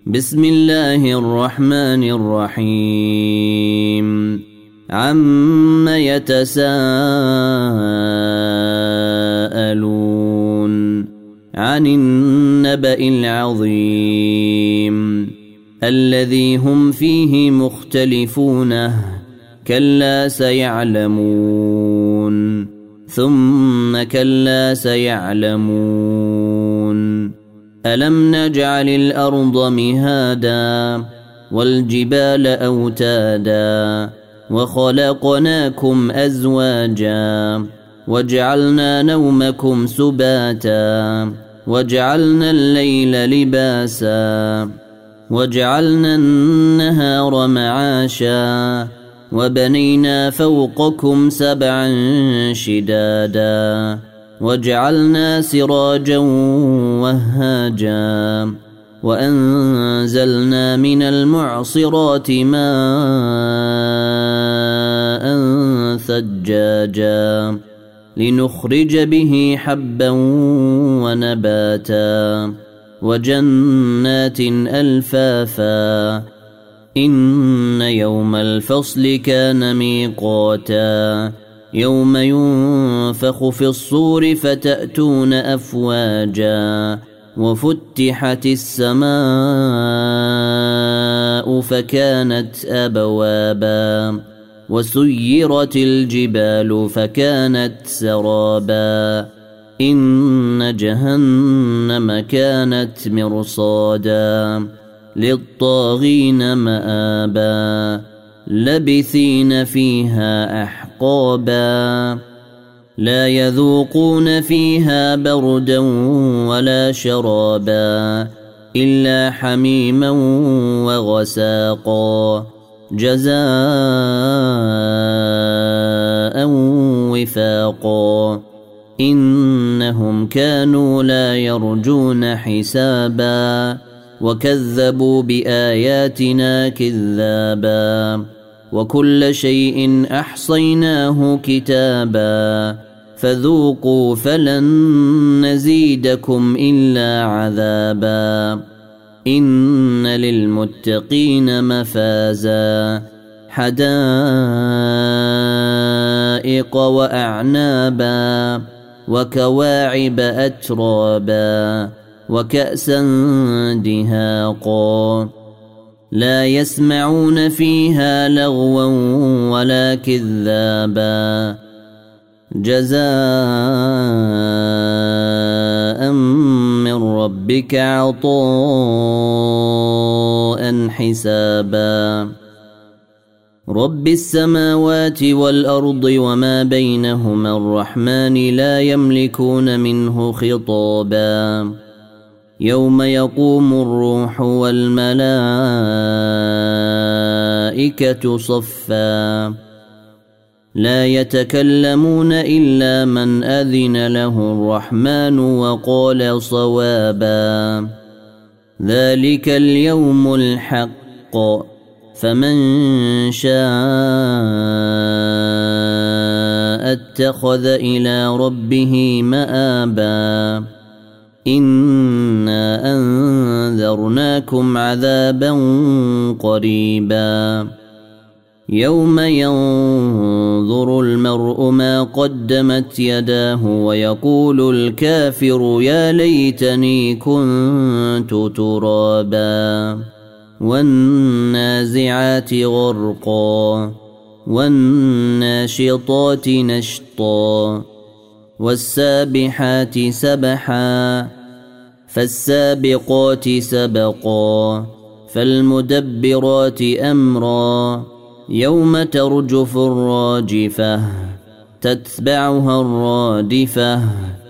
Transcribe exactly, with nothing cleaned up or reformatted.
بسم الله الرحمن الرحيم عم يتساءلون عن النبأ العظيم الذي هم فيه مختلفون كلا سيعلمون ثم كلا سيعلمون ألم نجعل الأرض مهادا والجبال أوتادا وخلقناكم أزواجا وجعلنا نومكم سباتا وجعلنا الليل لباسا وجعلنا النهار معاشا وبنينا فوقكم سبعا شدادا وجعلنا سراجا وهاجا وأنزلنا من المعصرات ماء ثجاجا لنخرج به حبا ونباتا وجنات ألفافا إن يوم الفصل كان ميقاتا يوم ينفخ في الصور فتأتون أفواجا وفتحت السماء فكانت أبوابا وسيرت الجبال فكانت سرابا إن جهنم كانت مرصادا للطاغين مآبا لبثين فيها أحقابا لا يذوقون فيها بردا ولا شرابا إلا حميما وغساقا جزاء وفاقا إنهم كانوا لا يرجون حسابا وكذبوا بآياتنا كذابا وكل شيء أحصيناه كتابا فذوقوا فلن نزيدكم إلا عذابا إن للمتقين مفازا حدائق وأعنابا وكواعب أترابا وكأسا دهاقا لا يسمعون فيها لغوا ولا كذابا جزاء من ربك عطاء حسابا رب السماوات والأرض وما بينهما الرحمن لا يملكون منه خطابا يوم يقوم الروح والملائكة صفا لا يتكلمون إلا من أذن له الرحمن وقال صوابا ذلك اليوم الحق فمن شاء اتخذ إلى ربه مآبا إنا أنذرناكم عذابا قريبا يوم ينظر المرء ما قدمت يداه ويقول الكافر يا ليتني كنت ترابا والنازعات غرقا والناشطات نشطا والسابحات سبحا فالسابقات سبقا فالمدبرات أمرا يوم ترجف الراجفة تتبعها الرادفة